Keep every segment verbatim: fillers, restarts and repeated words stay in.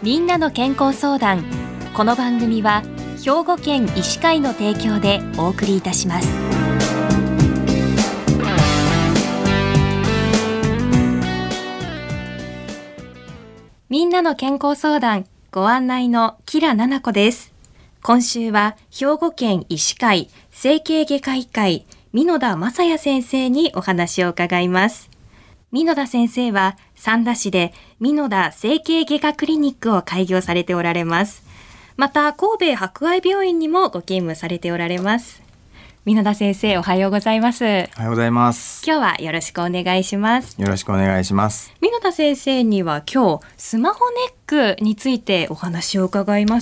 みんなの健康相談。この番組は兵庫県医師会の提供でお送りいたします。みんなの健康相談、ご案内の吉良奈々子です。今週は兵庫県医師会整形外科医会箕田雅也先生にお話を伺います。箕田先生は三田市で箕田整形外科クリニックを開業されておられます。また神戸博愛病院にもご勤務されておられます。箕田先生、おはようございます。おはようございます。 今日はよろしくお願いします。 よろしくお願いします。 箕田先生には今日スマホネックについてお話を伺います。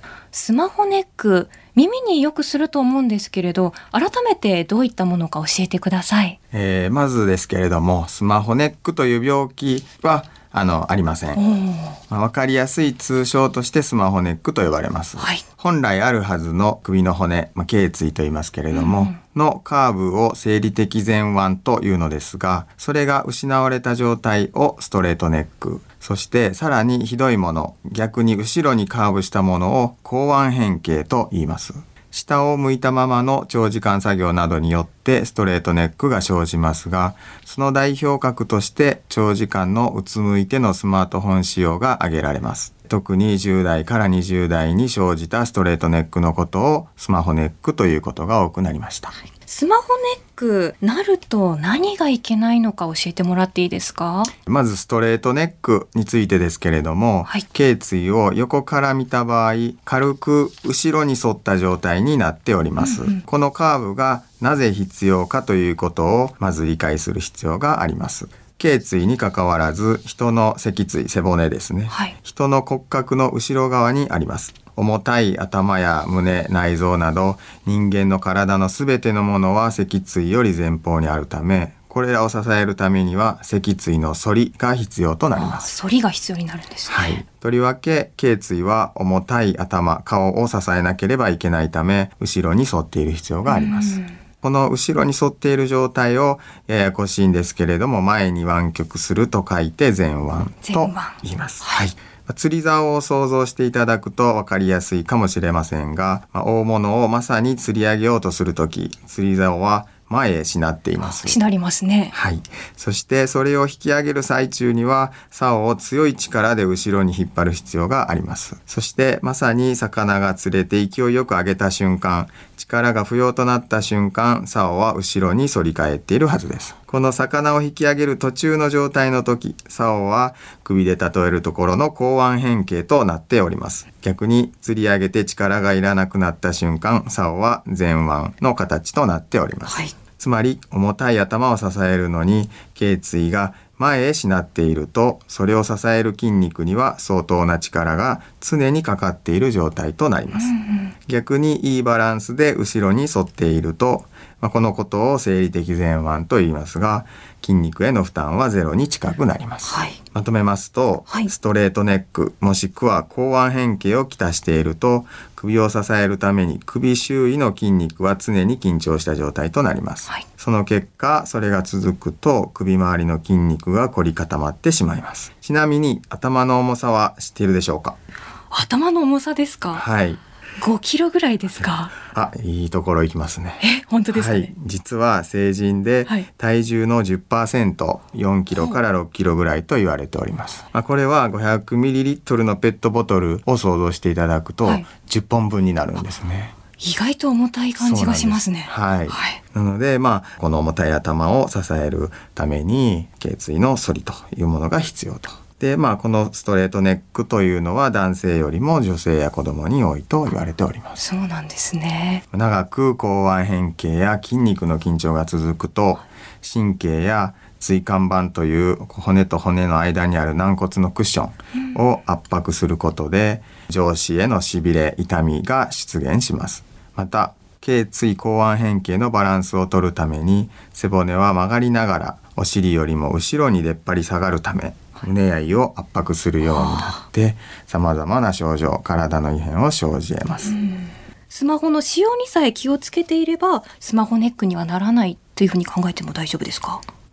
スマホネック、耳によくすると思うんですけれど、改めてどういったものか教えてください。 えー、まずですけれども、スマホネックという病気はあのありません。まあ、分かりやすい通称としてスマホネックと呼ばれます。はい、本来あるはずの首の骨、まあ、頸椎と言いますけれども、うん、のカーブを生理的前腕というのですが、それが失われた状態をストレートネック、そしてさらにひどいもの、逆に後ろにカーブしたものを後腕変形と言います。下を向いたままの長時間作業などによってストレートネックが生じますが、その代表格として長時間のうつむいてのスマートフォン使用が挙げられます。特にじゅう代からにじゅう代に生じたストレートネックのことをスマホネックということが多くなりました。 スマホネックなると何がいけないのか教えてもらっていいですか？ まずストレートネックについてですけれども、はい、頸椎を横から見た場合、軽く後ろに反った状態になっております。うんうん、このカーブがなぜ必要かということをまず理解する必要があります。頸椎にかかわらず、人の脊椎、背骨ですね、はい、人の骨格の後ろ側にあります。重たい頭や胸、内臓など人間の体のすべてのものは脊椎より前方にあるため、これらを支えるためには脊椎の反りが必要となります。 反りが必要になるんですね。はい、 とりわけ頸椎は重たい頭、顔を支えなければいけないため、後ろに反っている必要があります。この後ろに反っている状態をややこしいんですけれども、前に湾曲すると書いて前腕と言います。はい、釣り竿を想像していただくと分かりやすいかもしれませんが、まあ、大物をまさに釣り上げようとするとき、釣り竿は前へしなっています。 しなりますね。 はい。そしてそれを引き上げる最中には、竿を強い力で後ろに引っ張る必要があります。そしてまさに魚が釣れて勢いよく上げた瞬間、力が不要となった瞬間、竿は後ろに反り返っているはずです。この魚を引き上げる途中の状態の時、竿は首で例えるところの後腕変形となっております。逆に釣り上げて力がいらなくなった瞬間、竿は前腕の形となっております。はい、つまり重たい頭を支えるのに頸椎が前へしなっていると、それを支える筋肉には相当な力が常にかかっている状態となります。うんうん、逆にいいバランスで後ろに反っていると、まあ、このことを生理的前腕と言いますが、筋肉への負担はゼロに近くなります。はい、まとめますと、はい、ストレートネックもしくは後腕変形をきたしていると、首を支えるために首周囲の筋肉は常に緊張した状態となります。はい、その結果、それが続くと首周りの筋肉が凝り固まってしまいます。ちなみに頭の重さは知っているでしょうか？ 頭の重さですか？はい。ごキロぐらいですか？ あ、いいところいきますね。 え、本当ですかね？はい、 実は成人で体重の じゅっパーセント、よんキロからろっキロぐらいと言われております。まあ、これは ごひゃくミリリットル のペットボトルを想像していただくとじゅっぽんぶんになるんですね。 意外と重たい感じがしますね。 はい。はい、なので、まあ、この重たい頭を支えるために頸椎の反りというものが必要と。で、まあ、このストレートネックというのは男性よりも女性や子供に多いと言われております。 そうなんですね。 長く後腕変形や筋肉の緊張が続くと、神経や椎間板という骨と骨の間にある軟骨のクッションを圧迫することで、上肢へのしびれ、痛みが出現します。また、頸椎後腕変形のバランスを取るために、背骨は曲がりながらお尻よりも後ろに出っ張り下がるため、胸や胃を圧迫するようになって様々な症状、体の異変を生じ得ます。 スマホの使用にさえ気をつけていればスマホネックにはならないというふうに考えても大丈夫ですか？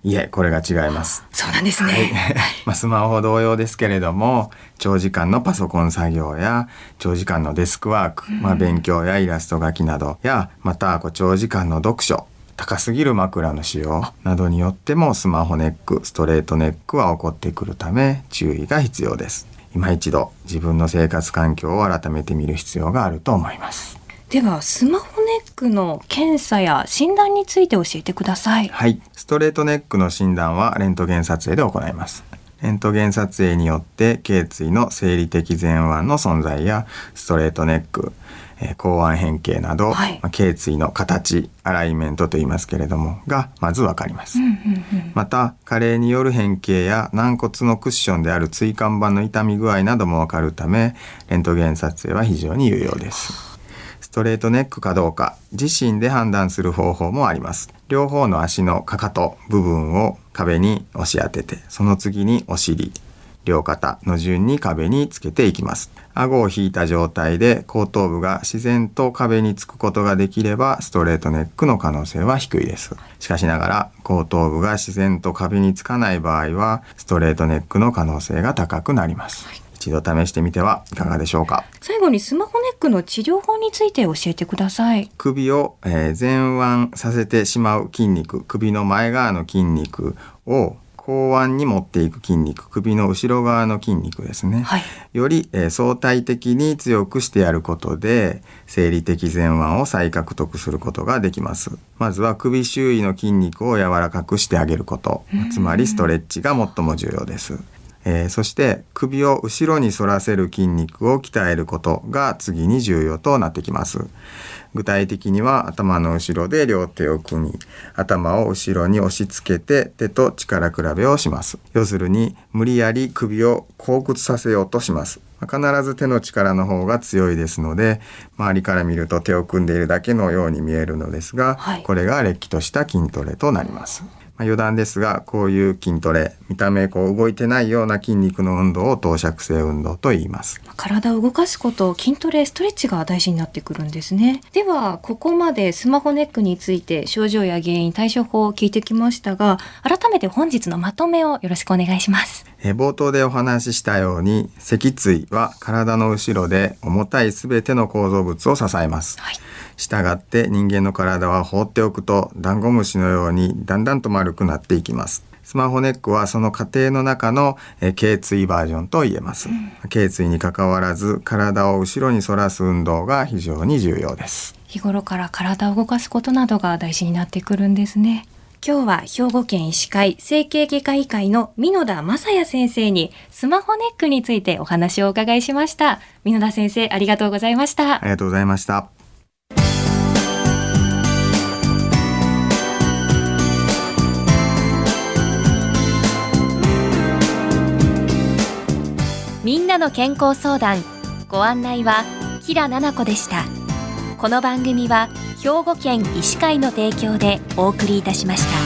いえ、これが違います。 そうなんですね。 はいまあ、スマホ同様ですけれども、長時間のパソコン作業や長時間のデスクワーク、まあ、勉強やイラスト描きなどや、またこう長時間の読書、高すぎる枕の使用などによってもスマホネック、ストレートネックは起こってくるため注意が必要です。今一度自分の生活環境を改めてみる必要があると思います。 ではスマホネックの検査や診断について教えてください。 はい、ストレートネックの診断はレントゲン撮影で行います。レントゲン撮影によって頸椎の生理的前腕の存在やストレートネック、えー、後腕変形など、はいまあ、頸椎の形、アライメントと言いますけれどもがまずわかります、うんうんうん、また加齢による変形や軟骨のクッションである椎間板の痛み具合などもわかるため、レントゲン撮影は非常に有用です。ストレートネックかどうか自身で判断する方法もあります。両方の足のかかと部分を壁に押し当てて、その次にお尻、両肩の順に壁につけていきます。顎を引いた状態で後頭部が自然と壁につくことができればストレートネックの可能性は低いです。しかしながら後頭部が自然と壁につかない場合はストレートネックの可能性が高くなります。一度試してみてはいかがでしょうか。 最後にスマホネックの治療法について教えてください。 首を、えー、前腕させてしまう筋肉、首の前側の筋肉を後腕に持っていく筋肉、首の後ろ側の筋肉ですね、はい、より、えー、相対的に強くしてやることで生理的前腕を再獲得することができます。まずは首周囲の筋肉を柔らかくしてあげること、つまりストレッチが最も重要です。えー、そして首を後ろに反らせる筋肉を鍛えることが次に重要となってきます。具体的には頭の後ろで両手を組み、頭を後ろに押し付けて手と力比べをします。要するに無理やり首を後屈させようとします。必ず手の力の方が強いですので、周りから見ると手を組んでいるだけのように見えるのですが、はい、これがれっきとした筋トレとなります。まあ、余談ですが、こういう筋トレ、見た目こう動いてないような筋肉の運動を等尺性運動と言います。 体を動かすこと、筋トレ、ストレッチが大事になってくるんですね。ではここまでスマホネックについて症状や原因、対処法を聞いてきましたが、改めて本日のまとめをよろしくお願いします。 え冒頭でお話ししたように、脊椎は体の後ろで重たいすべての構造物を支えます、はい、したがって人間の体は放っておくとダンゴムシのようにだんだんと丸くなっていきます。スマホネックはその過程の中のえ頸椎バージョンと言えます、うん、頸椎に関わらず体を後ろに反らす運動が非常に重要です。 日頃から体を動かすことなどが大事になってくるんですね。今日は兵庫県医師会整形外科医会の美濃田雅也先生にスマホネックについてお話をお伺いしました。美濃田先生、ありがとうございました。 ありがとうございました。 みんなの健康相談、ご案内は平奈々子でした。この番組は兵庫県医師会の提供でお送りいたしました。